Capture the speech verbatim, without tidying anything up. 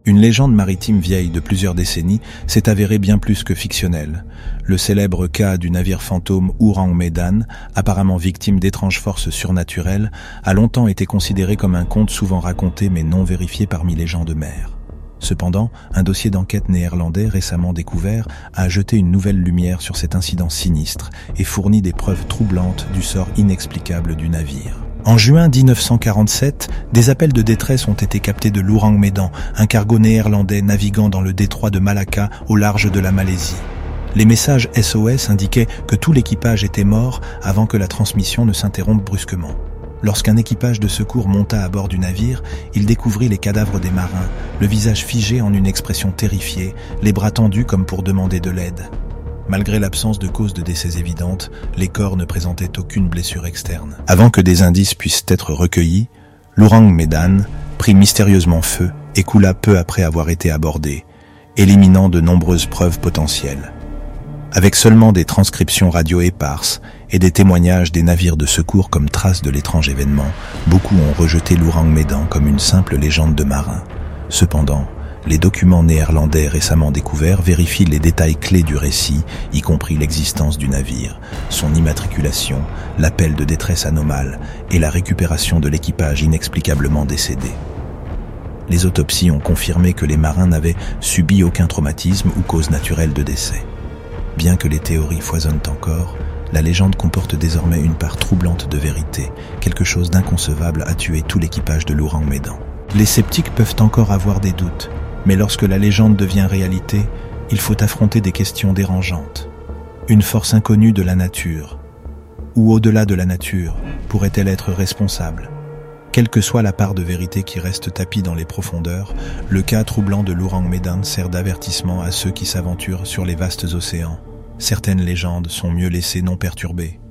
Une légende maritime vieille de plusieurs décennies s'est avérée bien plus que fictionnelle. Le célèbre cas du navire fantôme Ourang Medan, apparemment victime d'étranges forces surnaturelles, a longtemps été considéré comme un conte souvent raconté mais non vérifié parmi les gens de mer. Cependant, un dossier d'enquête néerlandais récemment découvert a jeté une nouvelle lumière sur cet incident sinistre et fourni des preuves troublantes du sort inexplicable du navire. En juin mille neuf cent quarante-sept, des appels de détresse ont été captés de l'Ourang Medan, un cargo néerlandais naviguant dans le détroit de Malacca au large de la Malaisie. Les messages S O S indiquaient que tout l'équipage était mort avant que la transmission ne s'interrompe brusquement. Lorsqu'un équipage de secours monta à bord du navire, il découvrit les cadavres des marins, le visage figé en une expression terrifiée, les bras tendus comme pour demander de l'aide. Malgré l'absence de cause de décès évidente, les corps ne présentaient aucune blessure externe. Avant que des indices puissent être recueillis, l'Ourang Medan prit mystérieusement feu et coula peu après avoir été abordé, éliminant de nombreuses preuves potentielles. Avec seulement des transcriptions radio éparses et des témoignages des navires de secours comme trace de l'étrange événement, beaucoup ont rejeté l'Ourang Medan comme une simple légende de marin. Cependant, les documents néerlandais récemment découverts vérifient les détails clés du récit, y compris l'existence du navire, son immatriculation, l'appel de détresse anomale et la récupération de l'équipage inexplicablement décédé. Les autopsies ont confirmé que les marins n'avaient subi aucun traumatisme ou cause naturelle de décès. Bien que les théories foisonnent encore, la légende comporte désormais une part troublante de vérité. Quelque chose d'inconcevable a tué tout l'équipage de l'Ourang Medan. Les sceptiques peuvent encore avoir des doutes, mais lorsque la légende devient réalité, il faut affronter des questions dérangeantes. Une force inconnue de la nature, ou au-delà de la nature, pourrait-elle être responsable ? Quelle que soit la part de vérité qui reste tapie dans les profondeurs, le cas troublant de l'Ourang Medan sert d'avertissement à ceux qui s'aventurent sur les vastes océans. Certaines légendes sont mieux laissées non perturbées.